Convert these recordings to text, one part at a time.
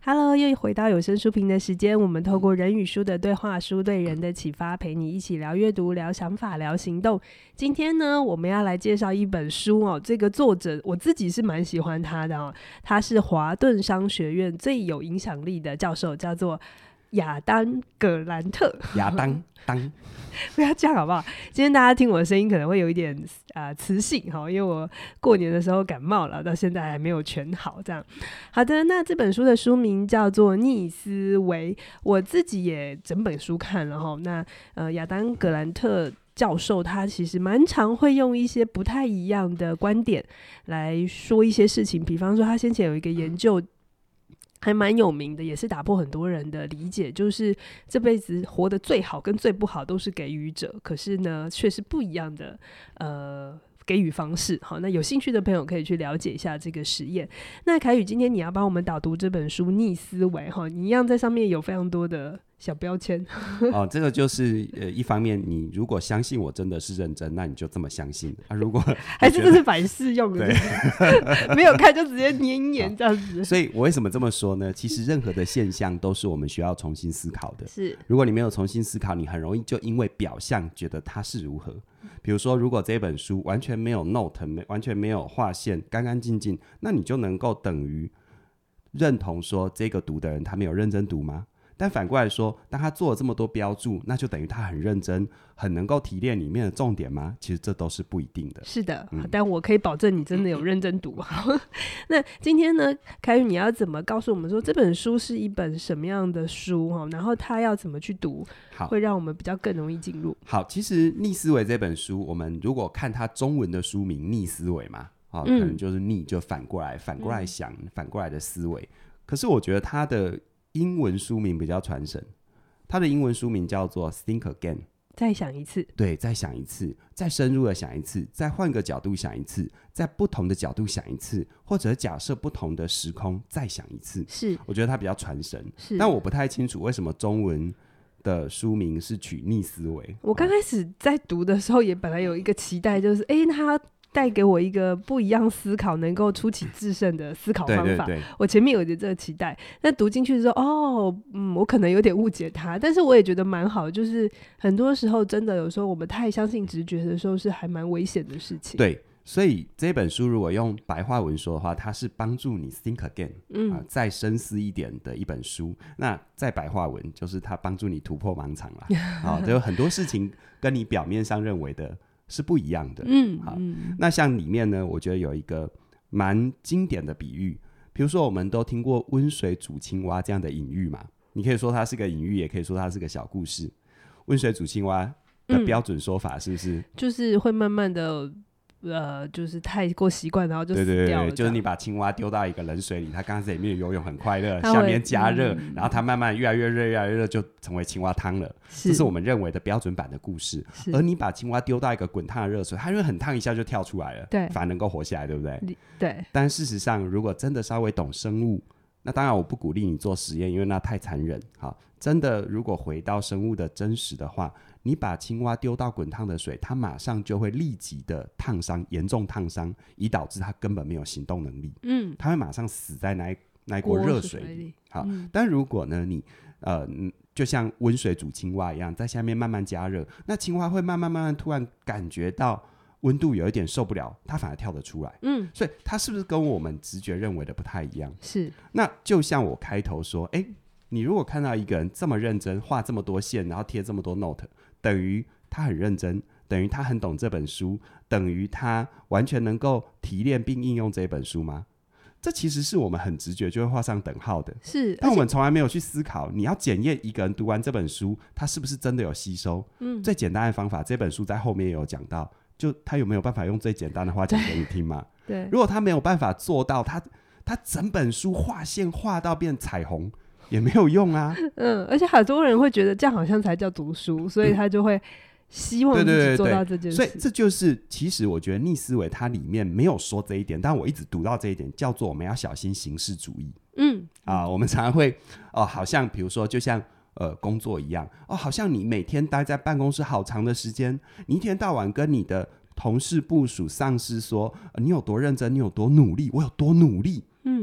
Hello， 又回到有声书评的时间，我们透过人与书的对话，书对人的启发，陪你一起聊阅读、聊想法、聊行动。今天呢，我们要来介绍一本书哦，这个作者我自己是蛮喜欢他的哦，他是华顿商学院最有影响力的教授，叫做亚当·葛兰特。 亚当不要这样好不好？今天大家听我的声音可能会有一点磁性，因为我过年的时候感冒了，到现在还没有全好这样。好的，那这本书的书名叫做《逆思维》，我自己也整本书看了齁。那亚当·葛兰特教授他其实蛮常会用一些不太一样的观点来说一些事情，比方说他先前有一个研究还蛮有名的，也是打破很多人的理解，就是这辈子活得最好跟最不好都是给予者，可是呢却是不一样的给予方式。好，那有兴趣的朋友可以去了解一下这个实验。那凯宇今天你要帮我们导读这本书《逆思维》，你一样在上面有非常多的小标签哦，这个就是一方面你如果相信我真的是认真，那你就这么相信如果还是这是百事用的没有看就直接黏黏这样子。 所以我为什么这么说呢？其实任何的现象都是我们需要重新思考的， 是如果你没有重新思考，你很容易就因为表象觉得它是如何。比如说如果这本书完全没有 note， 完全没有划线，干干净净，那你就能够等于认同说这个读的人他没有认真读吗？但反过来说，当他做了这么多标注，那就等于他很认真，很能够提炼里面的重点吗？其实这都是不一定的。 是的，但我可以保证你真的有认真读那今天呢，凯宇你要怎么告诉我们说这本书是一本什么样的书，然后他要怎么去读会让我们比较更容易进入？ 好，其实《逆思维》这本书，我们如果看它中文的书名《逆思维》嘛，可能就是逆就反过来想，反过来的思维。可是我觉得它的英文书名比较传神，它的英文书名叫做 Think Again， 再想一次。 对，再想一次，再深入的想一次，再换个角度想一次，在不同的角度想一次，或者假设不同的时空再想一次。 是， 我觉得它比较传神，但我不太清楚为什么中文的书名是取逆思维。 我刚开始在读的时候也本来有一个期待，就是它带给我一个不一样思考，能够出奇制胜的思考方法。 对， 我前面有这个期待，但读进去的时候，我可能有点误解它，但是我也觉得蛮好。就是很多时候，真的有时候我们太相信直觉的时候，是还蛮危险的事情。 对，所以这本书如果用白话文说的话，它是帮助你 think again，再深思一点的一本书。那在白话文就是它帮助你突破盲场啦。就有很多事情跟你表面上认为的是不一样的。好，那像里面呢，我觉得有一个蛮经典的比喻，比如说我们都听过温水煮青蛙这样的隐喻嘛，你可以说它是个隐喻，也可以说它是个小故事。温水煮青蛙的标准说法是不是就是会慢慢的就是太过习惯，然后就死掉了。 对，就是你把青蛙丢到一个冷水里，它刚开始里面游泳很快乐，下面加热，然后它慢慢越来越热，越来越热，就成为青蛙汤了。这是我们认为的标准版的故事。而你把青蛙丢到一个滚烫的热水，它因为很烫，一下就跳出来了，对，反而能够活下来，对不对？ 对。 但事实上，如果真的稍微懂生物，那当然我不鼓励你做实验，因为那太残忍。好，真的如果回到生物的真实的话，你把青蛙丢到滚烫的水，它马上就会立即的烫伤，严重烫伤，以导致它根本没有行动能力。它会马上死在那一锅热水里。好，但如果呢，你就像温水煮青蛙一样，在下面慢慢加热，那青蛙会慢慢突然感觉到温度有一点受不了，它反而跳得出来。所以它是不是跟我们直觉认为的不太一样？ 是。 那就像我开头说，你如果看到一个人这么认真，画这么多线，然后贴这么多 note， 等于他很认真，等于他很懂这本书，等于他完全能够提炼并应用这本书吗？这其实是我们很直觉就会画上等号的。 是， 但我们从来没有去思考，你要检验一个人读完这本书，他是不是真的有吸收。最简单的方法，这本书在后面也有讲到，就他有没有办法用最简单的话讲给你听嘛？ 对。 如果他没有办法做到，他整本书画线画到变彩虹也没有用啊。 而且很多人会觉得这样好像才叫读书，所以他就会希望自己做到这件事。 所以这就是其实我觉得逆思维它里面没有说这一点，但我一直读到这一点，叫做我们要小心形式主义。我们常常会好像比如说就像工作一样，好像你每天待在办公室好长的时间，你一天到晚跟你的同事部属上司说你有多认真，你有多努力，我有多努力，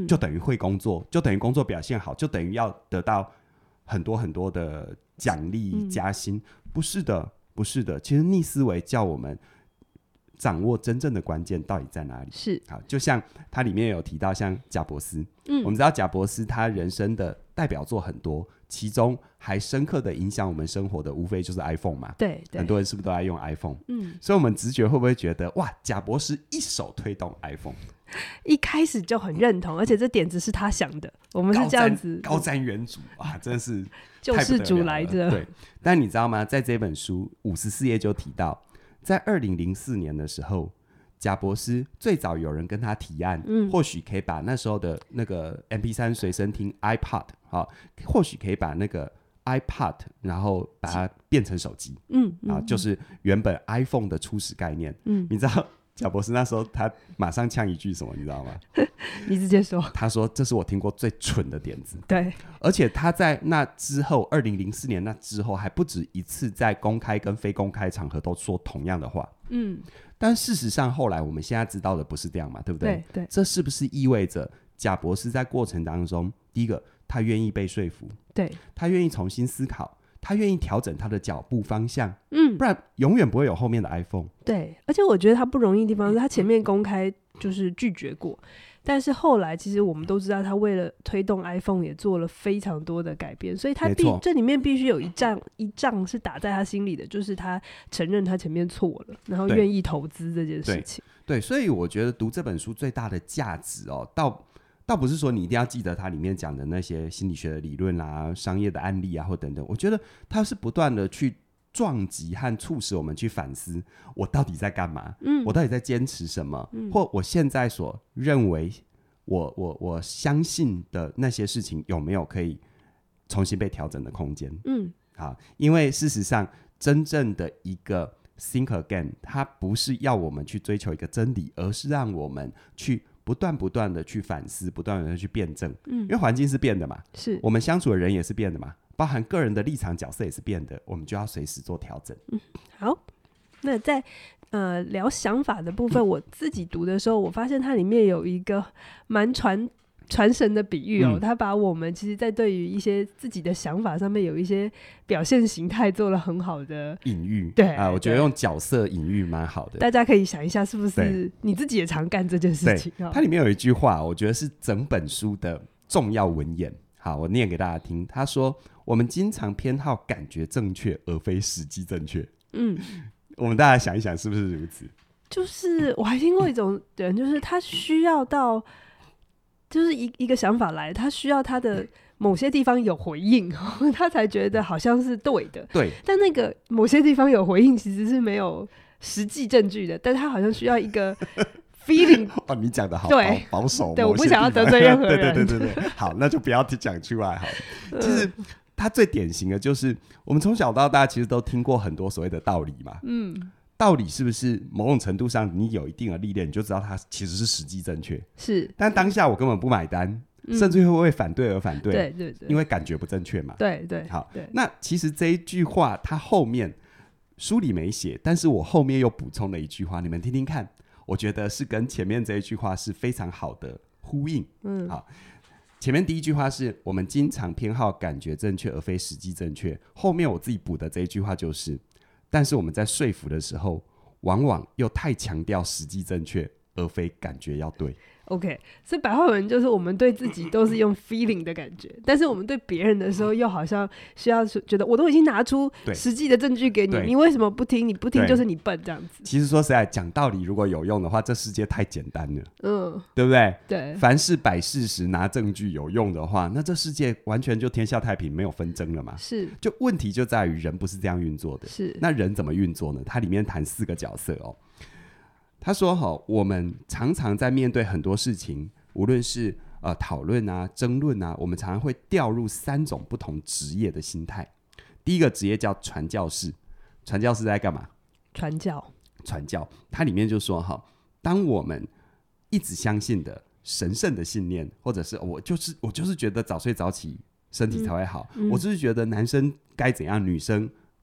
就等于会工作，就等于工作表现好，就等于要得到很多很多的奖励加薪。不是的，不是的，其实逆思维叫我们掌握真正的关键到底在哪里。 是， 好，就像它里面有提到像贾伯斯，我们知道贾伯斯他人生的代表作很多，其中还深刻的影响我们生活的无非就是 iPhone 嘛。 对， 很多人是不是都在用 iPhone？所以我们直觉会不会觉得哇，贾伯斯一手推动 iPhone， 一开始就很认同，而且这点子是他想的，我们是这样子高瞻远瞩啊，真的是救世主来着。 对，但你知道吗？在这本书54页就提到，在2004年的时候，贾伯斯最早有人跟他提案，或许可以把那时候的那个 MP3 随身听 iPod， 或许可以把那个 iPod 然后把它变成手机，就是原本 iPhone 的初始概念。你知道贾伯斯那时候他马上呛一句什么，你知道吗？ 你直接说。 他说这是我听过最蠢的点子。 对， 而且他在那之后2004年那之后还不止一次在公开跟非公开场合都说同样的话。但事实上后来我们现在知道的不是这样嘛，对不对？ 对， 这是不是意味着贾伯斯在过程当中，第一个他愿意被说服， 对， 他愿意重新思考，他愿意调整他的脚步方向，不然永远不会有后面的 iPhone。 对，而且我觉得他不容易的地方是他前面公开就是拒绝过，但是后来其实我们都知道他为了推动 iPhone 也做了非常多的改变，所以他这里面必须有一仗是打在他心里的，就是他承认他前面错了，然后愿意投资这件事情。 对，所以我觉得读这本书最大的价值倒不是说你一定要记得它里面讲的那些心理学的理论啦、商业的案例啊或等等，我觉得它是不断的去撞击和促使我们去反思我到底在干嘛，我到底在坚持什么，或我现在所认为我相信的那些事情有没有可以重新被调整的空间。好，因为事实上真正的一个 think again 它不是要我们去追求一个真理，而是让我们去不断的去反思，不断的去辩证。因为环境是变的嘛，是我们相处的人也是变的嘛，包含个人的立场角色也是变的，我们就要随时做调整。 好，那在聊想法的部分，我自己读的时候，我发现它里面有一个蛮传神的比喻他把我们其实在对于一些自己的想法上面有一些表现形态做了很好的隐喻。 对我觉得用角色隐喻蛮好的， 大家可以想一下是不是你自己也常干这件事情。 它里面有一句话我觉得是整本书的重要文言，好，我念给大家听。他说我们经常偏好感觉正确而非实际正确。我们大家想一想是不是如此？就是我还听过一种人，就是他需要到就是一个想法来，他需要他的某些地方有回应他才觉得好像是对的。对，但那个某些地方有回应其实是没有实际证据的，但他好像需要一个 feeling 你讲的好保守，对，我不想要得罪任何人。对，好，那就不要讲出来好了。其实他最典型的就是我们从小到大其实都听过很多所谓的道理嘛。道理是不是某种程度上你有一定的历练，你就知道它其实是实际正确，是，但当下我根本不买单，甚至会为反对而反对。对，因为感觉不正确嘛。对，好，那其实这一句话它后面书里没写，但是我后面又补充了一句话，你们听听看，我觉得是跟前面这一句话是非常好的呼应。好，前面第一句话是我们经常偏好感觉正确而非实际正确，后面我自己补的这一句话就是但是我们在说服的时候往往又太强调实际正确而非感觉要对。OK， 所以白话文就是我们对自己都是用 feeling 的感觉，但是我们对别人的时候又好像需要觉得我都已经拿出实际的证据给你，你为什么不听？你不听就是你笨这样子。其实说实在，讲道理如果有用的话，这世界太简单了，对不对？对，凡事摆事实拿证据有用的话，那这世界完全就天下太平，没有纷争了嘛。是，就问题就在于人不是这样运作的。是，那人怎么运作呢？它里面谈4个角色他说我们常常在面对很多事情，无论是讨论啊、争论啊，我们常常会掉入3种不同职业的心态。第一个职业叫传教士，传教士在干嘛？传教。它里面就说当我们一直相信的神圣的信念，或者是我就是觉得早睡早起身体才会好，我就是觉得男生该怎样，女生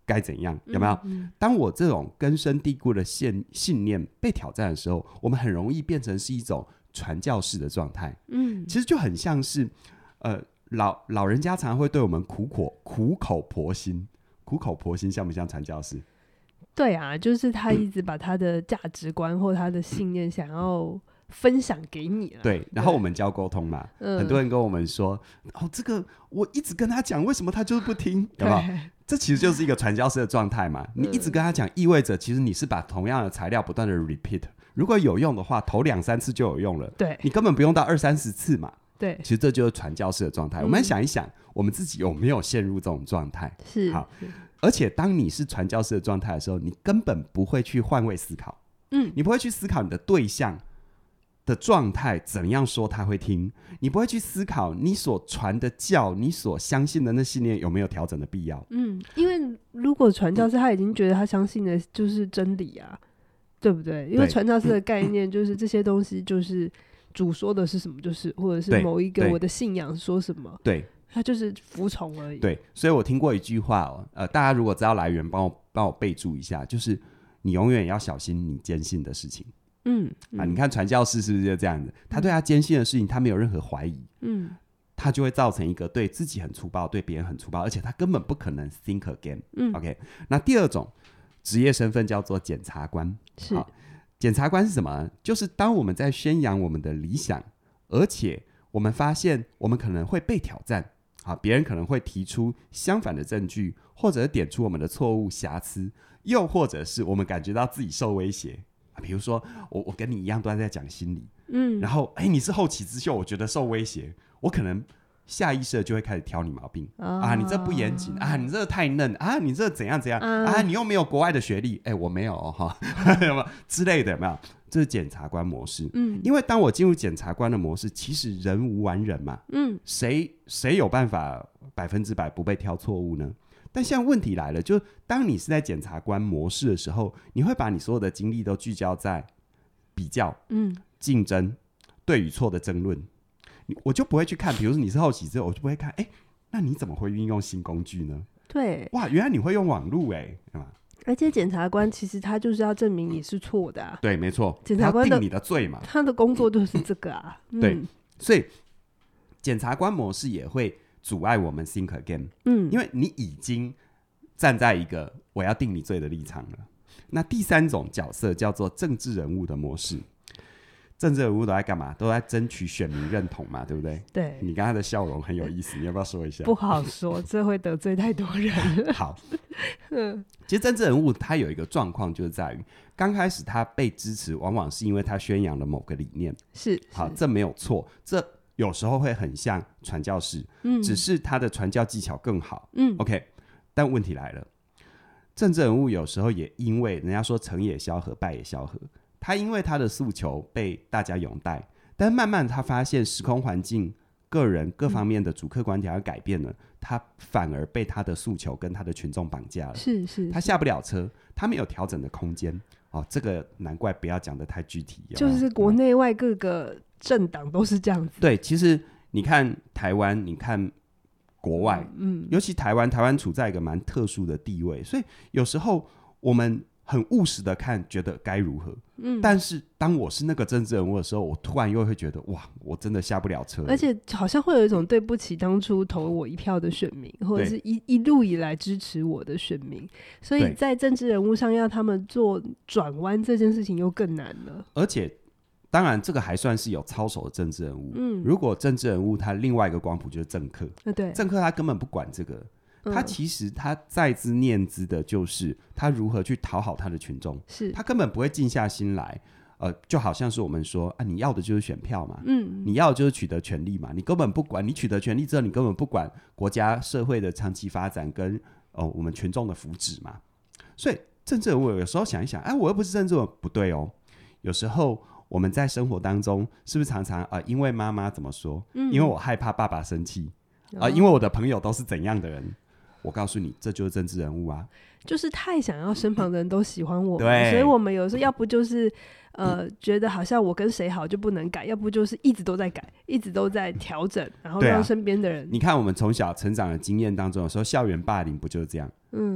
该怎样，有没有？当我这种根深蒂固的信念被挑战的时候，我们很容易变成是一种传教士的状态。其实就很像是老人家常常会对我们苦口婆心，苦口婆心像不像传教士？ 对啊，就是他一直把他的价值观或他的信念想要分享给你了。 对，然后我们教沟通嘛，很多人跟我们说，这个我一直跟他讲，为什么他就是不听？有没有？这其实就是一个传教士的状态嘛。你一直跟他讲，意味着其实你是把同样的材料不断的 repeat， 如果有用的话，头2-3次就有用了。对，你根本不用到20-30次嘛。对，其实这就是传教士的状态。我们想一想，我们自己有没有陷入这种状态？是。好，而且当你是传教士的状态的时候，你根本不会去换位思考。你不会去思考你的对象的状态怎样说他会听，你不会去思考你所传的教，你所相信的那信念有没有调整的必要。 因为如果传教士他已经觉得他相信的就是真理啊，对不对？因为传教士的概念就是这些东西就是主说的是什么，就是或者是某一个我的信仰说什么，对，他就是服从而已。对， 所以我听过一句话大家如果知道来源，帮我备注一下，就是你永远要小心你坚信的事情。你看传教士是不是就这样子？他对他坚信的事情，他没有任何怀疑，他就会造成一个对自己很粗暴，对别人很粗暴，而且他根本不可能 think again。OK， 那第二种职业身份叫做检察官。是，检察官是什么？就是当我们在宣扬我们的理想，而且我们发现我们可能会被挑战，别人可能会提出相反的证据，或者点出我们的错误瑕疵，又或者是我们感觉到自己受威胁。比如说我跟你一样都在讲心理，然后你是后起之秀，我觉得受威胁，我可能下意识的就会开始挑你毛病。你这不严谨啊，你这太嫩啊，你这怎样怎样啊，你又没有国外的学历，我没有之类的，有没有？这是检察官模式。因为当我进入检察官的模式，其实人无完人嘛，谁有办法100%不被挑错误呢？但现在问题来了，就当你是在检察官模式的时候，你会把你所有的精力都聚焦在比较、竞争、对与错的争论，我就不会去看，比如说你是后起之后，我就不会看，那你怎么会运用新工具呢？对，哇，原来你会用网路对吧？ 而且检察官其实他就是要证明你是错的啊。 对，没错，检察官定你的罪嘛， 他的工作就是这个啊。 对，所以检察官模式也会阻碍我们 think again，因为你已经站在一个我要定你罪的立场了。那第三种角色叫做政治人物的模式。政治人物都在干嘛？都在争取选民认同嘛，对不对？对。你刚才的笑容很有意思，你要不要说一下？ 不好说，这会得罪太多人。 好，其实政治人物他有一个状况，就是在于刚开始他被支持，往往是因为他宣扬了某个理念。是，好，这没有错，这有时候会很像传教士，只是他的传教技巧更好。OK， 但问题来了，政治人物有时候也因为人家说成也萧何，败也萧何。他因为他的诉求被大家拥戴，但慢慢他发现时空环境、个人各方面的主客观条要改变了，他反而被他的诉求跟他的群众绑架了。是，他下不了车，他没有调整的空间。这个难怪不要讲得太具体， 就是国内外各个政党都是这样子。 对，其实你看台湾，你看国外，尤其台湾处在一个蛮特殊的地位，所以有时候我们很务实的看，觉得该如何。但是当我是那个政治人物的时候，我突然又会觉得，哇，我真的下不了车了。 而且好像会有一种对不起当初投我一票的选民，或者是一路以来支持我的选民。所以在政治人物上要他们做转弯这件事情又更难了。 而且当然这个还算是有操守的政治人物。如果政治人物他另外一个光谱就是政客，对，政客他根本不管这个。他其实他在兹念兹的就是他如何去讨好他的群众，是他根本不会静下心来，就好像是我们说你要的就是选票嘛，你要的就是取得权力嘛，你根本不管，你取得权力之后，你根本不管国家社会的长期发展跟我们群众的福祉嘛。所以政治人物有时候想一想，我又不是政治人物，不对哦。有时候我们在生活当中是不是常常因为妈妈怎么说，因为我害怕爸爸生气，因为我的朋友都是怎样的人。我告诉你，这就是政治人物啊！ 就是太想要身旁的人都喜欢我们，所以我们有时候要不就是觉得好像我跟谁好就不能改，要不就是一直都在改，一直都在调整，然后让身边的人。 你看我们从小成长的经验当中，有时候校园霸凌不就是这样？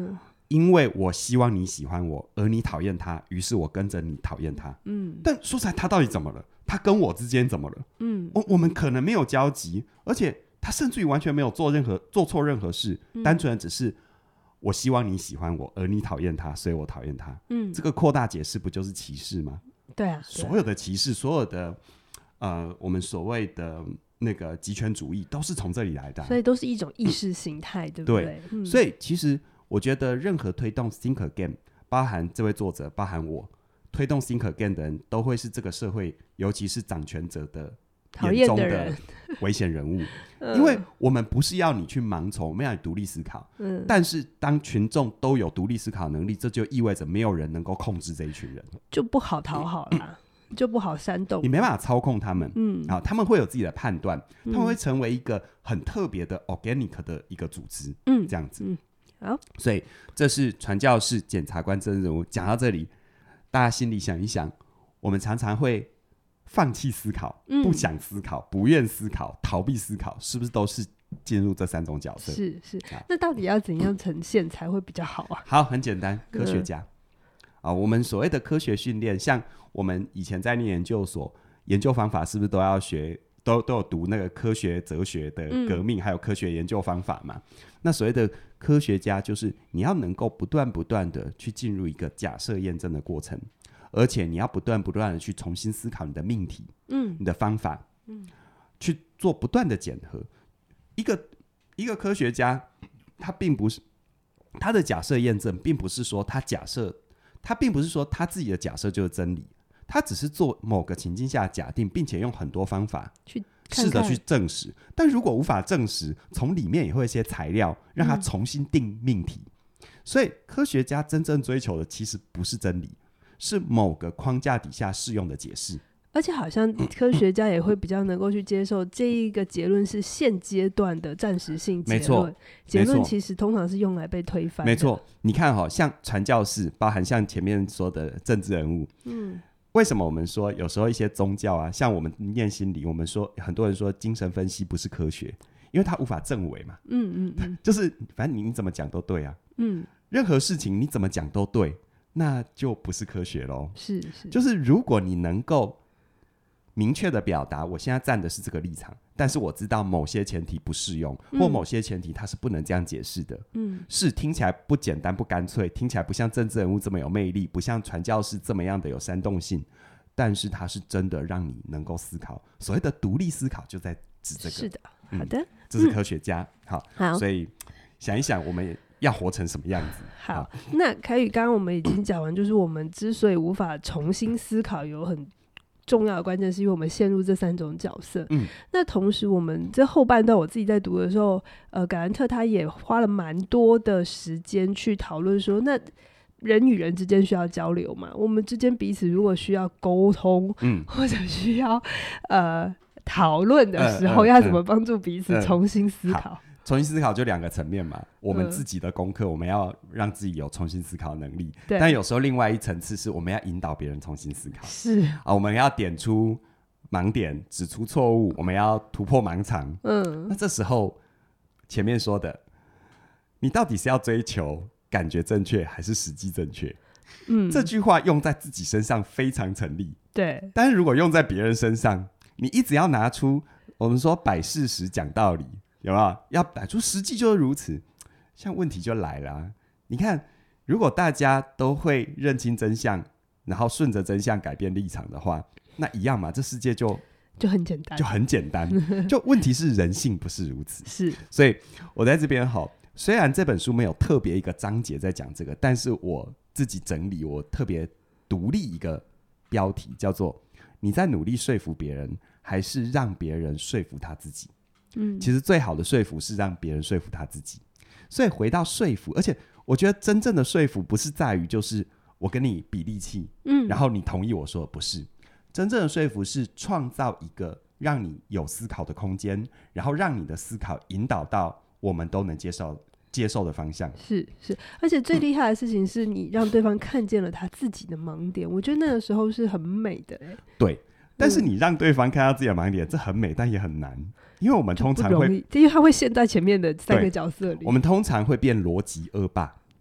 因为我希望你喜欢我，而你讨厌他，于是我跟着你讨厌他。但说实在，他到底怎么了？他跟我之间怎么了？我们可能没有交集，而且他甚至于完全没有做错任何事，单纯的只是我希望你喜欢我，而你讨厌他，所以我讨厌他。这个扩大解释不就是歧视吗？ 对啊， 所有的歧视，所有的我们所谓的那个极权主义都是从这里来的， 所以都是一种意识形态，对不对？ 所以其实我觉得任何推动 Think Again， 包含这位作者，包含我，推动 Think Again 的人都会是这个社会，尤其是掌权者的眼中的危险人物。因为我们不是要你去盲从，我们要你独立思考。但是当群众都有独立思考能力，这就意味着没有人能够控制这一群人，就不好讨好啦。就不好煽动， 你没办法操控他们。他们会有自己的判断，他们会成为一个很特别的 organic 的一个组织。这样子。好，所以这是传教士、检察官真人物。讲到这里，大家心里想一想，我们常常会放弃思考，不想思考，不愿思考，逃避思考，是不是都是进入这3种角色？ 是。那到底要怎样呈现才会比较好啊？ 好，很简单，科学家。我们所谓的科学训练，像我们以前在念研究所，研究方法是不是都要学，都有读那个科学哲学的革命，还有科学研究方法嘛？那所谓的科学家，就是你要能够不断的去进入一个假设验证的过程，而且你要不断的去重新思考你的命题，你的方法，去做不断的检核。一个科学家，他并不是他的假设验证，并不是说他并不是说他自己的假设就是真理，他只是做某个情境下的假定，并且用很多方法去试着去证实。但如果无法证实，从里面也会有一些材料让他重新定命题。所以科学家真正追求的其实不是真理，是某个框架底下适用的解释。 而且好像科学家也会比较能够去接受这一个结论是现阶段的暂时性结论，结论其实通常是用来被推翻的。 没错，你看像传教士，包含像前面说的政治人物，为什么我们说有时候一些宗教啊，像我们念心理，我们说很多人说精神分析不是科学，因为它无法证伪嘛。就是反正你怎么讲都对啊。任何事情你怎么讲都对，那就不是科学咯。 是， 就是如果你能够明确的表达我现在站的是这个立场，但是我知道某些前提不适用，或某些前提它是不能这样解释的。是听起来不简单不干脆，听起来不像政治人物这么有魅力，不像传教士这么样的有煽动性，但是它是真的让你能够思考。所谓的独立思考就在指这个。 是的，好的， 这是科学家。好，所以想一想我们要活成什么样子。 好，那凯宇刚刚我们已经讲完，就是我们之所以无法重新思考，有很重要的关键是因为我们陷入这3种角色。那同时我们这后半段我自己在读的时候，感恩特他也花了蛮多的时间去讨论说，那人与人之间需要交流嘛？我们之间彼此如果需要沟通，或者需要讨论的时候，要怎么帮助彼此重新思考？ 重新思考就2个层面嘛，我们自己的功课，我们要让自己有重新思考的能力，但有时候另外一层次是我们要引导别人重新思考。 是我们要点出盲点，指出错误，我们要突破盲肠。那这时候前面说的，你到底是要追求感觉正确还是实际正确？这句话用在自己身上非常成立， 对。 但是如果用在别人身上，你一直要拿出我们说摆事实讲道理，有没有？要摆出实际就是如此，像问题就来了。你看，如果大家都会认清真相，然后顺着真相改变立场的话，那一样嘛，这世界就很简单，就问题是人性不是如此。 是， 所以我在这边虽然这本书没有特别一个章节在讲这个，但是我自己整理，我特别独立一个标题，叫做你在努力说服别人，还是让别人说服他自己？其实最好的说服是让别人说服他自己。所以回到说服，而且我觉得真正的说服不是在于就是我跟你比力气，然后你同意我说的，不是。真正的说服是创造一个让你有思考的空间，然后让你的思考引导到我们都能接受的方向。 是，而且最厉害的事情是你让对方看见了他自己的盲点，我觉得那个时候是很美的。 对，但是你让对方看到自己的盲点，这很美，但也很难，因为我们通常会， 因为他会陷在前面的3个角色里， 我们通常会变逻辑恶霸。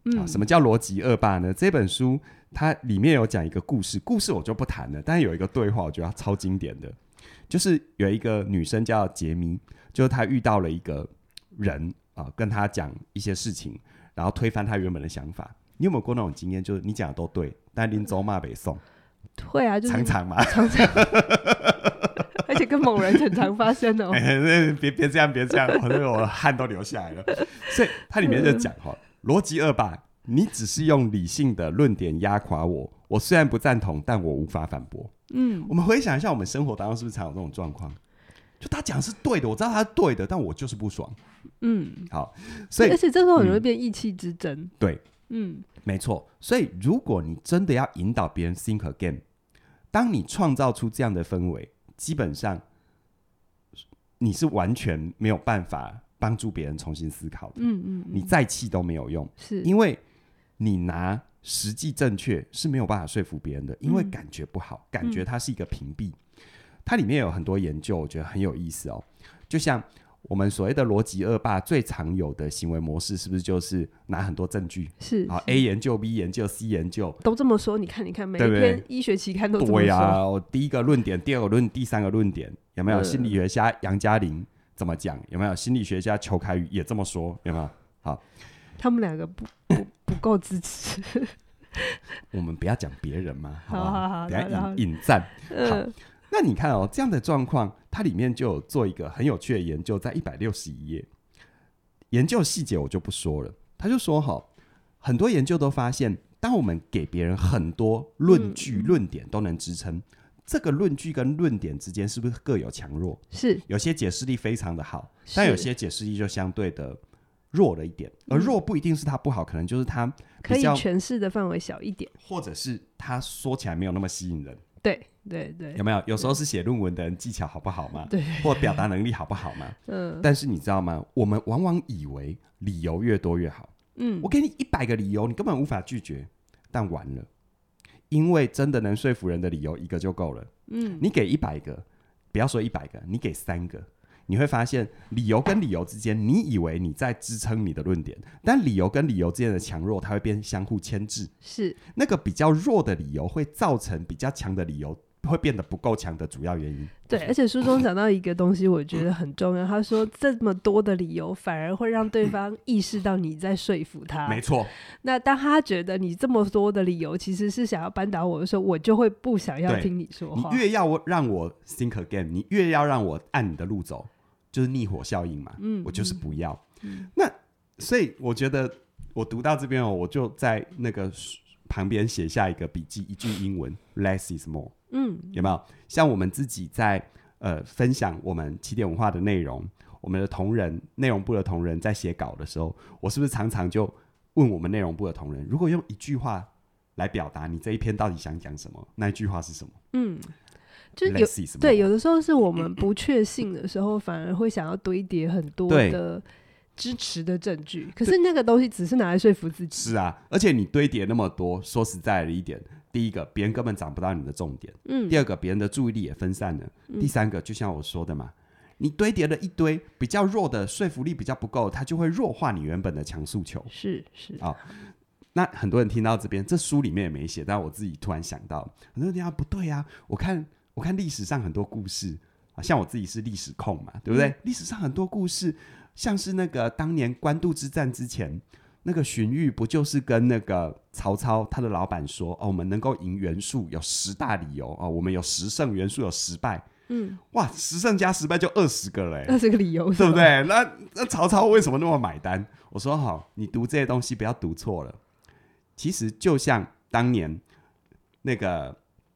什么叫逻辑恶霸呢？这本书它里面有讲一个故事我就不谈了，但是有一个对话我觉得超经典的，就是有一个女生叫杰咪，就是她遇到了一个人跟她讲一些事情，然后推翻她原本的想法。你有没有过那种经验，就是你讲的都对，但临走骂北送？ 会啊，就是常常嘛， 常常而且跟某人很常发生哦。 别这样，我汗都流下来了。所以它里面就讲逻辑恶霸，你只是用理性的论点压垮我，我虽然不赞同，但我无法反驳。我们回想一下，我们生活当中是不是常有这种状况？就他讲的是对的，我知道他是对的，但我就是不爽。好，所以而且这时候很容易变意气之争。 对，没错。所以如果你真的要引导别人 think again， 当你创造出这样的氛围，基本上你是完全没有办法帮助别人重新思考的。你再气都没有用，是因为你拿实际正确是没有办法说服别人的，因为感觉不好，感觉它是一个屏蔽。它里面有很多研究，我觉得很有意思哦。就像我们所谓的逻辑恶霸最常有的行为模式，是不是就是拿很多证据？是 A 研究 B 研究 C 研究都这么说，你看每一篇医学期刊都这么说。 对啊，第一个论点，第二个论点，第三个论点，有没有？心理学家杨嘉玲怎么讲？有没有？心理学家裘凯宇也这么说，有没有？好， 他们两个不够支持。 我们不要讲别人嘛，好不好？ 好， 等一下引战。好，那你看这样的状况，它里面就有做一个很有趣的研究，在161页，研究细节我就不说了。他就说很多研究都发现，当我们给别人很多论据、论点都能支撑，这个论据跟论点之间是不是各有强弱？是，有些解释力非常的好，但有些解释力就相对的弱了一点。而弱不一定是它不好，可能就是它可以诠释的范围小一点， 或者是它说起来没有那么吸引人。 对，有没有？有时候是写论文的人技巧好不好嘛？对，或表达能力好不好嘛？但是你知道吗？我们往往以为理由越多越好。我给你100个理由，你根本无法拒绝，但完了，因为真的能说服人的理由1个就够了。你给100个，不要说100个，你给3个，你会发现理由跟理由之间，你以为你在支撑你的论点，但理由跟理由之间的强弱，它会变相互牵制。是那个比较弱的理由会造成比较强的理由会变得不够强的主要原因。 对，而且书中讲到一个东西我觉得很重要，他说这么多的理由反而会让对方意识到你在说服他。没错，那当他觉得你这么多的理由其实是想要扳倒我的时候，我就会不想要听你说话。 你越要让我 think again， 你越要让我按你的路走，就是逆火效应嘛。我就是不要。那所以我觉得我读到这边我就在那个旁边写下一个笔记，一句英文 less is more。有没有？像我们自己在分享我们起点文化的内容，我们的同仁，内容部的同仁在写稿的时候，我是不是常常就问我们内容部的同仁，如果用一句话来表达你这一篇到底想讲什么，那一句话是什么？ 就是对，有的时候是我们不确信的时候，反而会想要堆叠很多的支持的证据，可是那个东西只是拿来说服自己。是啊，而且你堆叠那么多，说实在的一点，第一个别人根本找不到你的重点，第二个别人的注意力也分散了，第三个就像我说的嘛，你堆叠了一堆比较弱的，说服力比较不够，它就会弱化你原本的强诉求。是那很多人听到这边，这书里面也没写，但我自己突然想到，很多人听到不对啊，我看历史上很多故事，像我自己是历史控嘛，对不对？历史上很多故事，像是那个当年官渡之战之前，那个荀彧不就是跟那个曹操他的老板说，我们能够赢袁术有10大理由，我们有10胜，袁术有10败。哇，10胜加10败就20个了 ，20个理由， 对不对？那曹操为什么那么买单？我说好，你读这些东西不要读错了。其实就像当年那个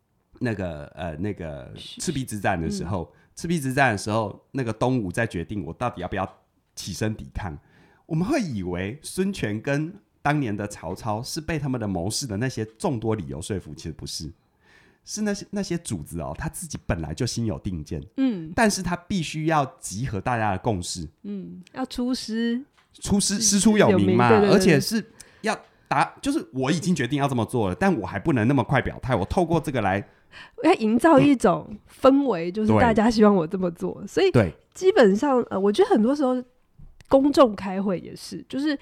赤壁之战的时候，那个东吴在决定我到底要不要起身抵抗，我们会以为孙权跟当年的曹操是被他们的谋士的那些众多理由说服，其实不是，是那些主子他自己本来就心有定见，但是他必须要集合大家的共识， 要出师出有名嘛， 对对对， 而且是要就是我已经决定要这么做了，但我还不能那么快表态，我透过这个来要营造一种氛围，就是大家希望我这么做，所以基本上我觉得很多时候公众开会也是，就是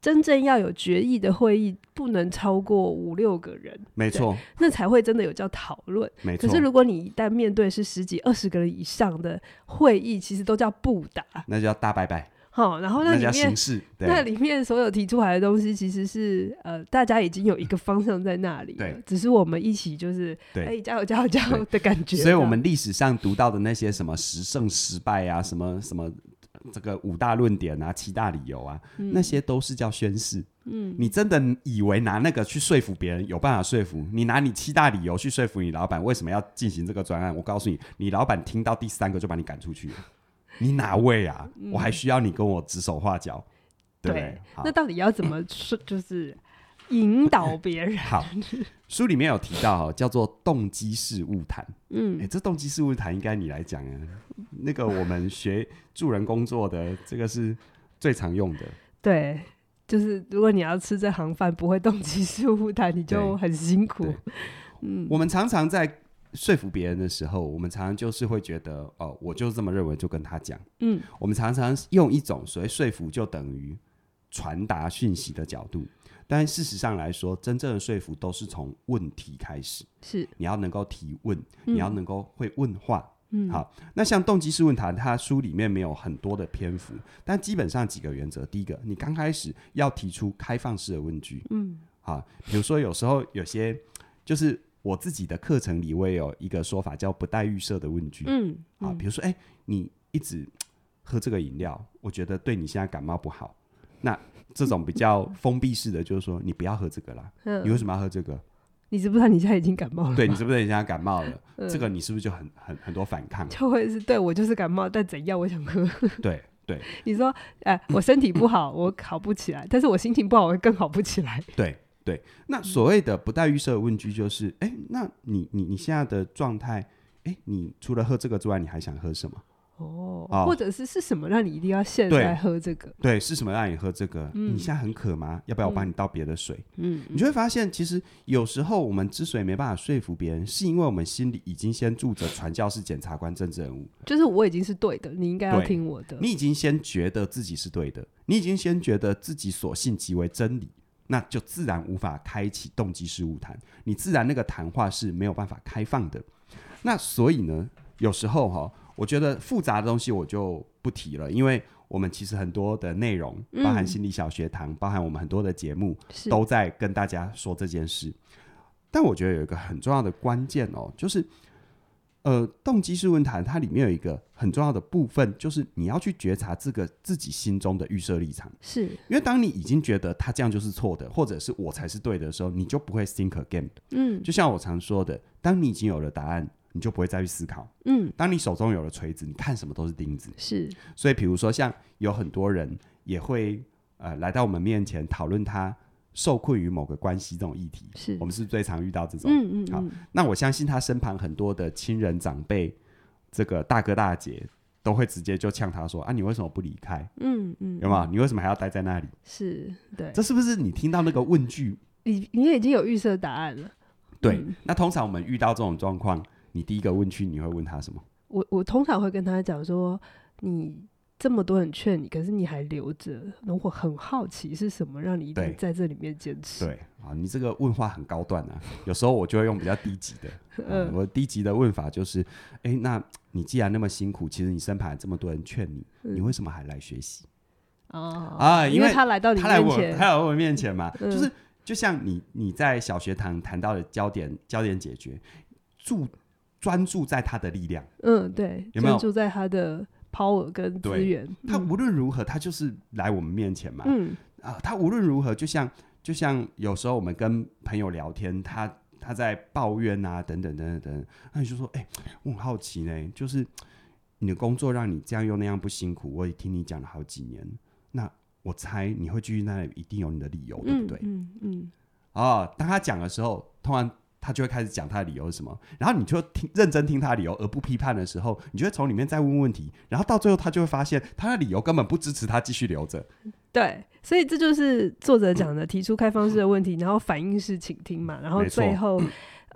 真正要有决议的会议不能超过5-6个人， 没错， 那才会真的有叫讨论。 没错。 可是如果你一旦面对是10几20个人以上的会议，其实都叫布达， 那叫大拜拜。 然后那叫形式， 那里面所有提出来的东西其实是大家已经有一个方向在那里了，只是我们一起就是加油加油加油的感觉。 所以我们历史上读到的那些什么10胜10败啊，什么什么这个5大论点啊7大理由啊，那些都是叫宣誓。你真的以为拿那个去说服别人有办法说服你？拿你7大理由去说服你老板为什么要进行这个专案，我告诉你，你老板听到第3个就把你赶出去了。你哪位啊？我还需要你跟我指手画脚，对不对？ 那到底要怎么就是引导别人？ 好，书里面有提到叫做动机式晤谈。这动机式晤谈应该你来讲啊。那个我们学助人工作的这个是最常用的。 对，就是如果你要吃这行饭，不会动机式晤谈，你就很辛苦。 我们常常在说服别人的时候，我们常常就是会觉得我就这么认为，就跟他讲。我们常常用一种所谓说服就等于传达讯息的角度，但事实上来说，真正的说服都是从问题开始。是，你要能够提问，你要能够会问话。好，那像动机式问谈，它书里面没有很多的篇幅，但基本上几个原则。第一个，你刚开始要提出开放式的问句。好，比如说有时候有些就是我自己的课程里，我也有一个说法叫不带预设的问句。比如说你一直喝这个饮料，我觉得对你现在感冒不好。那这种比较封闭式的就是说，你不要喝这个啦。你为什么要喝这个？ 你知不知道你现在已经感冒了？ 对，你知不知道你现在感冒了？这个你是不是就很多反抗？ 就会是对我就是感冒，但怎样我想喝。 对。 你说我身体不好我好不起来，但是我心情不好我会更好不起来。 对，那所谓的不带预设的问句就是那你现在的状态，你除了喝这个之外你还想喝什么？ 或者是什么让你一定要现在喝这个？对， 是什么让你喝这个？你现在很渴吗？要不要我帮你倒别的水？你就会发现其实有时候我们之所以没办法说服别人，是因为我们心里已经先住着传教士、检察官、政治人物， 就是我已经是对的，你应该要听我的。 你已经先觉得自己是对的，你已经先觉得自己所信即为真理，那就自然无法开启动机式晤谈，你自然那个谈话是没有办法开放的。那所以呢，有时候我觉得复杂的东西我就不提了，因为我们其实很多的内容，包含心理小学堂，包含我们很多的节目，都在跟大家说这件事。但我觉得有一个很重要的关键就是动机式问谈它里面有一个很重要的部分，就是你要去觉察这个自己心中的预设立场。是因为当你已经觉得他这样就是错的，或者是我才是对的时候，你就不会 think again。就像我常说的，当你已经有了答案，你就不会再去思考。当你手中有了锤子，你看什么都是钉子。是，所以比如说像有很多人也会来到我们面前讨论他受困于某个关系这种议题，我们是最常遇到这种。好，那我相信他身旁很多的亲人长辈，这个大哥大姐都会直接就呛他说你为什么不离开？有没有？你为什么还要待在那里？是，对，这是不是你听到那个问句， 你已经有预设答案了？ 对，那通常我们遇到这种状况，你第一个问句你会问他什么？ 我通常会跟他讲说，你这么多人劝你，可是你还留着，我很好奇是什么让你一定在这里面坚持。 对你这个问话很高段啊，有时候我就会用比较低级的我低级的问法就是那你既然那么辛苦，其实你身旁这么多人劝你，你为什么还来学习？因为他来到你面前， 他来我面前嘛，就是就像你在小学堂谈到的焦点解决，专注在他的力量。 对， 有没有专注在他的 power 跟资源？ 他无论如何，他就是来我们面前嘛。他无论如何，就像有时候我们跟朋友聊天，他在抱怨啊，等等等等等，那你就说，我很好奇呢，就是你的工作让你这样又那样不辛苦，我也听你讲了好几年，那我猜你会继续那里一定有你的理由，对不对？当他讲的时候，通常他就会开始讲他的理由是什么，然后你就认真听他的理由而不批判的时候，你就会从里面再问问题，然后到最后他就会发现他的理由根本不支持他继续留着。 对，所以这就是作者讲的提出开放式的问题，然后反应式倾听嘛，然后最后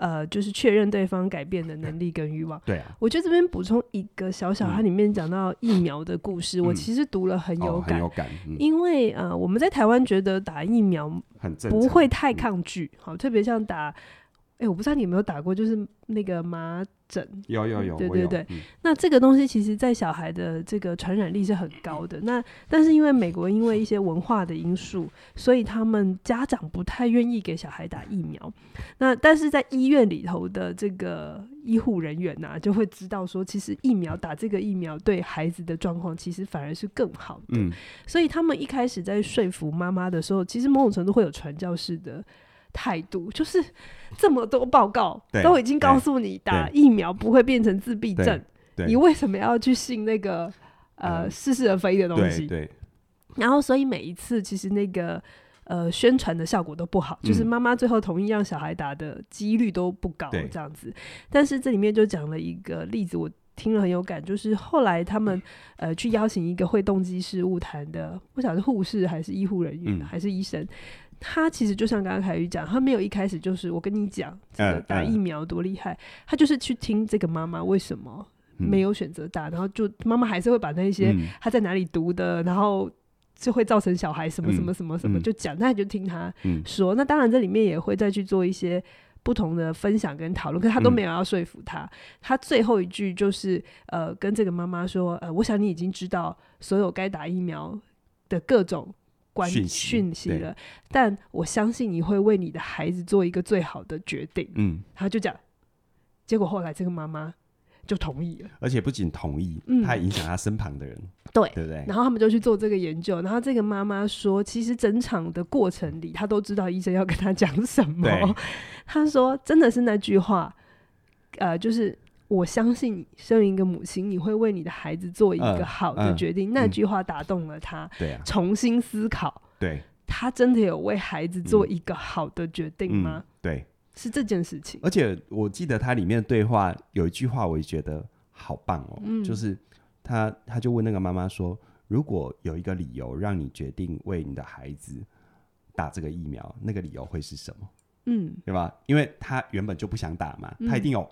就是确认对方改变的能力跟欲望。 对啊， 我觉得这边补充一个小小，它里面讲到疫苗的故事，我其实读了很有感， 很有感， 因为我们在台湾觉得打疫苗很正常， 不会太抗拒，好，特别像打，我不知道你有没有打过，就是那个麻疹， 有， 对对对，那这个东西其实在小孩的这个传染力是很高的。那但是因为美国因为一些文化的因素，所以他们家长不太愿意给小孩打疫苗。那但是在医院里头的这个医护人员就会知道说，其实打这个疫苗对孩子的状况其实反而是更好的。所以他们一开始在说服妈妈的时候，其实某种程度会有传教士的态度，就是这么多报告都已经告诉你打疫苗不会变成自闭症，你为什么要去信那个似是而非的东西？对，然后所以每一次其实那个宣传的效果都不好，就是妈妈最后同意让小孩打的几率都不高这样子。但是这里面就讲了一个例子，我听了很有感，就是后来他们去邀请一个会动机事务谈的，不晓得是护士还是医护人员还是医生，他其实就像刚刚凯宇讲，他没有一开始就是我跟你讲这个打疫苗多厉害，他就是去听这个妈妈为什么没有选择打，然后就妈妈还是会把那些他在哪里读的，然后就会造成小孩什么什么什么什么就讲，那你就听他说。那当然这里面也会再去做一些不同的分享跟讨论，可是他都没有要说服他。他最后一句就是跟这个妈妈说我想你已经知道所有该打疫苗的各种讯息了，但我相信你会为你的孩子做一个最好的决定。他就讲，结果后来这个妈妈就同意了， 而且不仅同意，他还影响他身旁的人， 对不对？ 然后他们就去做这个研究，然后这个妈妈说，其实整场的过程里，她都知道医生要跟她讲什么。她说，真的是那句话，就是我相信你身为一个母亲，你会为你的孩子做一个好的决定。那句话打动了她，重新思考，她真的有为孩子做一个好的决定吗？ 对。 是这件事情。 而且我记得他里面的对话有一句话我也觉得好棒哦，就是他就问那个妈妈说，如果有一个理由让你决定为你的孩子打这个疫苗，那个理由会是什么？对吧？因为他原本就不想打嘛，他一定有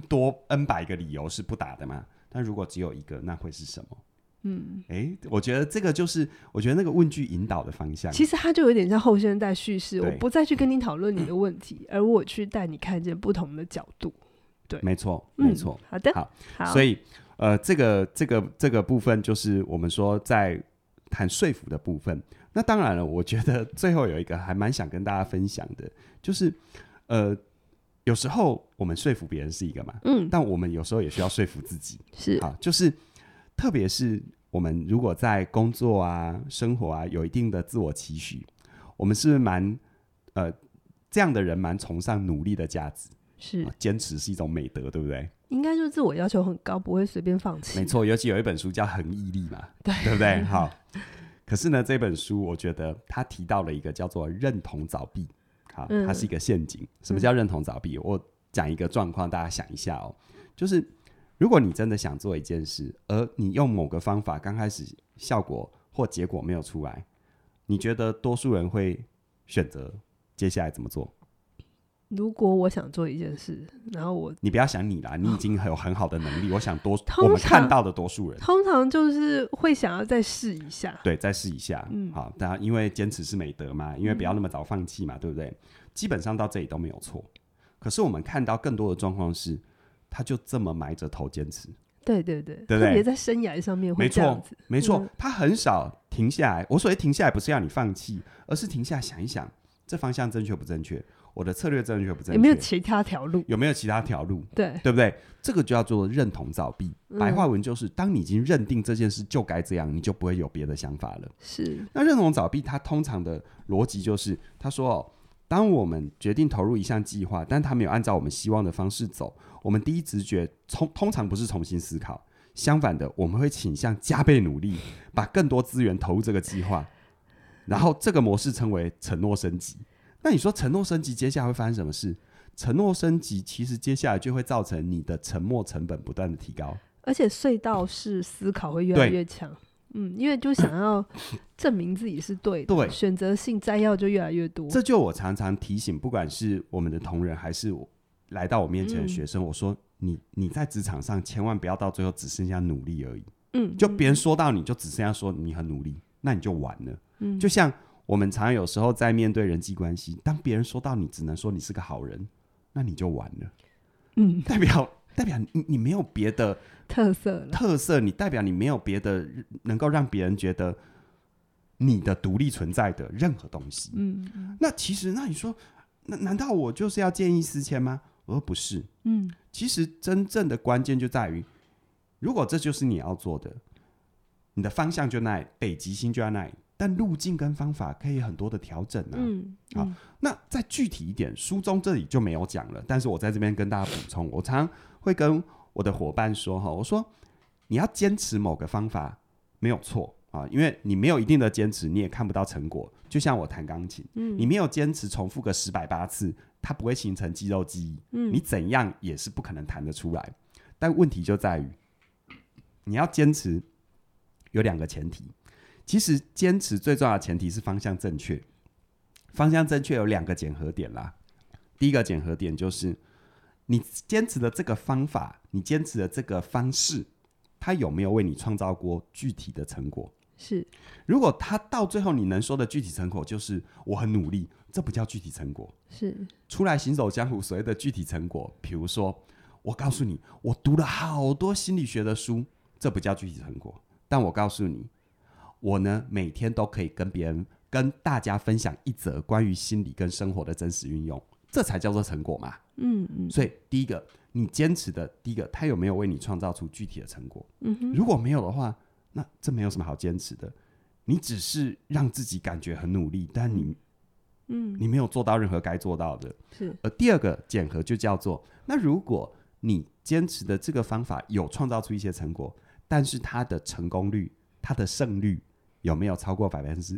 N 百个理由是不打的嘛，但如果只有一个，那会是什么？我觉得这个就是我觉得那个问句引导的方向， 其实它就有点像后现代叙事，我不再去跟你讨论你的问题，而我去带你看见不同的角度。对， 没错没错。 好的， 好，所以这个部分就是我们说在谈说服的部分。那当然了，我觉得最后有一个还蛮想跟大家分享的，就是有时候我们说服别人是一个嘛，但我们有时候也需要说服自己， 是啊，就是特别是我们如果在工作啊、生活啊有一定的自我期许，我们是蛮这样的人蛮崇尚努力的价值， 是坚持是一种美德，对不对？ 应该就是自我要求很高，不会随便放弃。 没错，尤其有一本书叫《恒毅力》嘛，对不对？好，可是呢，这本书我觉得他提到了一个叫做认同凿壁，好，它是一个陷阱。什么叫认同凿壁？我讲一个状况，大家想一下哦，就是如果你真的想做一件事，而你用某个方法刚开始效果或结果没有出来，你觉得多数人会选择接下来怎么做？ 如果我想做一件事，然后你不要想你啦，你已经有很好的能力。我想我们看到的多数人通常就是会想要再试一下， 对，再试一下。好，当然因为坚持是美德嘛，因为不要那么早放弃嘛，对不对？基本上到这里都没有错。可是我们看到更多的状况是，他就这么埋着头坚持。 对对对，特别在生涯上面会这样子。 没错，他很少停下来。我所谓停下来，不是要你放弃，而是停下来想一想，这方向正确不正确？我的策略正确不正确？ 有没有其他条路？ 有没有其他条路？ 对不对？这个就叫做认同凿壁。白话文就是，当你已经认定这件事就该这样，你就不会有别的想法了。 是。那认同凿壁，它通常的逻辑就是，他说当我们决定投入一项计划，但他没有按照我们希望的方式走，我们第一直觉通常不是重新思考，相反的，我们会倾向加倍努力，把更多资源投入这个计划，然后这个模式称为承诺升级。那你说承诺升级接下来会发生什么事？承诺升级其实接下来就会造成你的沉没成本不断的提高， 而且隧道式思考会越来越强。因为就想要证明自己是对的，对，选择性摘要就越来越多。 这就我常常提醒，不管是我们的同仁还是来到我面前的学生，我说你在职场上千万不要到最后只剩下努力而已。就别人说到你就只剩下说你很努力，那你就完了。就像我们常常有时候在面对人际关系，当别人说到你只能说你是个好人，那你就完了。代表你没有别的特色，你代表你没有别的能够让别人觉得你的独立存在的任何东西。那其实那你说难道我就是要见异思迁吗？我说不是。其实真正的关键就在于，如果这就是你要做的，你的方向就那里，北极星就在那里，但路径跟方法可以很多的调整啊。好，那再具体一点，书中这里就没有讲了，但是我在这边跟大家补充，我常常会跟我的伙伴说，我说你要坚持某个方法没有错啊，因为你没有一定的坚持，你也看不到成果。就像我弹钢琴，你没有坚持重复个10-8次，它不会形成肌肉记忆，你怎样也是不可能弹得出来。但问题就在于，你要坚持有2个前提。其实坚持最重要的前提是方向正确，方向正确有2个检核点啦。第一个检核点就是你坚持的这个方法，你坚持的这个方式，它有没有为你创造过具体的成果。 是， 如果他到最后你能说的具体成果就是我很努力，这不叫具体成果。 是出来行走江湖所谓的具体成果，比如说我告诉你我读了好多心理学的书，这不叫具体成果。但我告诉你，我呢每天都可以跟大家分享一则关于心理跟生活的真实运用，这才叫做成果嘛。所以第一个你坚持的第一个，它有没有为你创造出具体的成果。如果没有的话，那这没有什么好坚持的，你只是让自己感觉很努力，但你没有做到任何该做到的。 是。 而第2个检核就叫做，那如果你坚持的这个方法有创造出一些成果，但是它的成功率、它的胜率有没有超过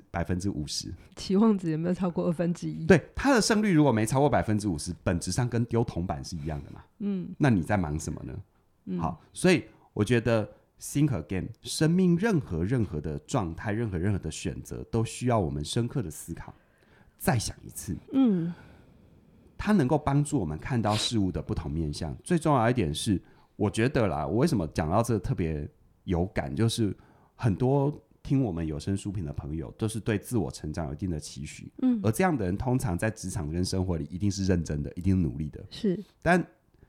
50%？ 期望值有没有超过1/2？ 对，它的胜率如果没超过50%，本质上跟丢铜板是一样的嘛。那你在忙什么呢？好，所以我觉得Think again， 生命任何的状态，任何的选择，都需要我们深刻的思考，再想一次。它能够帮助我们看到事物的不同面向。最重要一点是，我觉得啦，我为什么讲到这特别有感，就是很多听我们有声书评的朋友，都是对自我成长有一定的期许。而这样的人通常在职场跟生活里一定是认真的，一定是努力的。 是， 但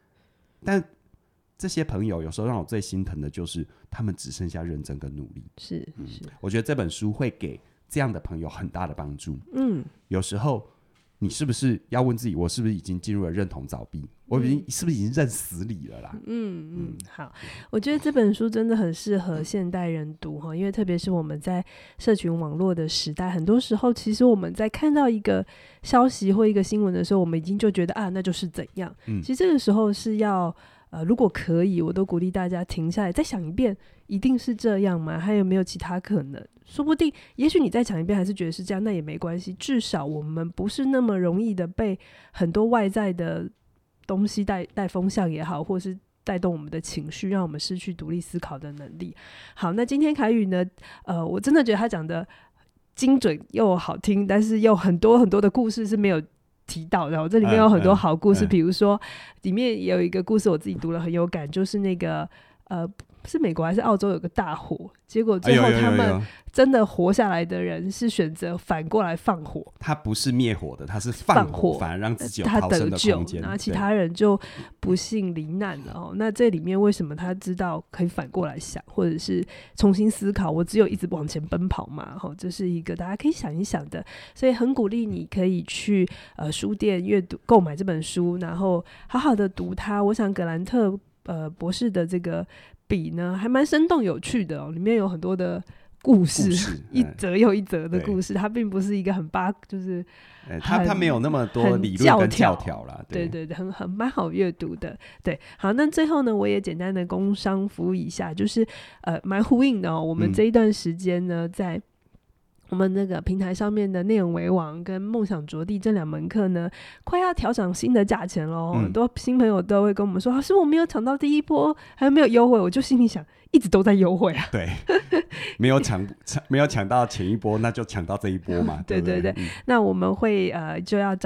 这些朋友有时候让我最心疼的就是他们只剩下认真跟努力。 是， 我觉得这本书会给这样的朋友很大的帮助。有时候你是不是要问自己，我是不是已经进入了认同早闭？我是不是已经认死理了啦？ 好，我觉得这本书真的很适合现代人读，因为特别是我们在社群网络的时代，很多时候其实我们在看到一个消息或一个新闻的时候，我们已经就觉得那就是怎样。其实这个时候是要如果可以，我都鼓励大家停下来再想一遍，一定是这样吗？还有没有其他可能？说不定也许你再想一遍还是觉得是这样，那也没关系，至少我们不是那么容易的被很多外在的东西带风向也好，或是带动我们的情绪，让我们失去独立思考的能力。好，那今天凯宇呢我真的觉得他讲的精准又好听，但是又很多的故事是没有提到的。这里面有很多好故事，比如说里面有一个故事我自己读了很有感，就是那个是美国还是澳洲有个大火，结果最后他们真的活下来的人是选择反过来放火。 他不是灭火的，他是放火，反而让自己有逃生的空间， 然后其他人就不幸罹难了。那这里面为什么他知道可以反过来想，或者是重新思考，我只有一直往前奔跑嘛？这是一个大家可以想一想的，所以很鼓励你可以去书店阅读购买这本书，然后好好的读它。我想格兰特博士的这个笔呢还蛮生动有趣的里面有很多的故事一则又一则的故事，它并不是一个很就是它没有那么多理论跟教条啦。 对，很蛮好阅读的。对，好，那最后呢我也简单的工商服务一下，就是蛮呼应的我们这一段时间呢在我们那个平台上面的内容为王跟梦想着地这2门课呢快要调涨新的价钱咯。很多新朋友都会跟我们说老师我没有抢到第一波，还有没有优惠？我就心里想一直都在优惠啊。 对，没有抢到前一波，那就抢到这一波嘛。对，那我们会就要涨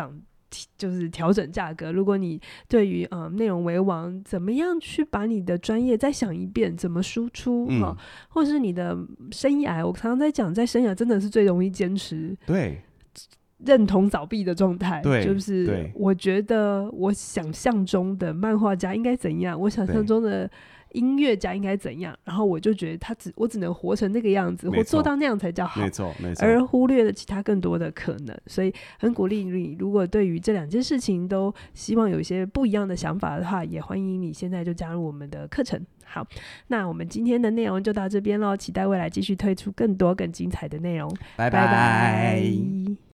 就是调整价格。如果你对于内容为王，怎么样去把你的专业再想一遍，怎么输出或是你的生涯，我常常在讲，在生涯真的是最容易坚持对认同扫壁的状态。 对， 就是我觉得我想象中的漫画家应该怎样，我想象中的音乐家应该怎样，然后我就觉得我只能活成那个样子，或做到那样才叫好， 没错， 而忽略了其他更多的可能。所以很鼓励你，如果对于这2件事情都希望有一些不一样的想法的话，也欢迎你现在就加入我们的课程。好，那我们今天的内容就到这边咯，期待未来继续推出更多更精彩的内容。 拜拜拜。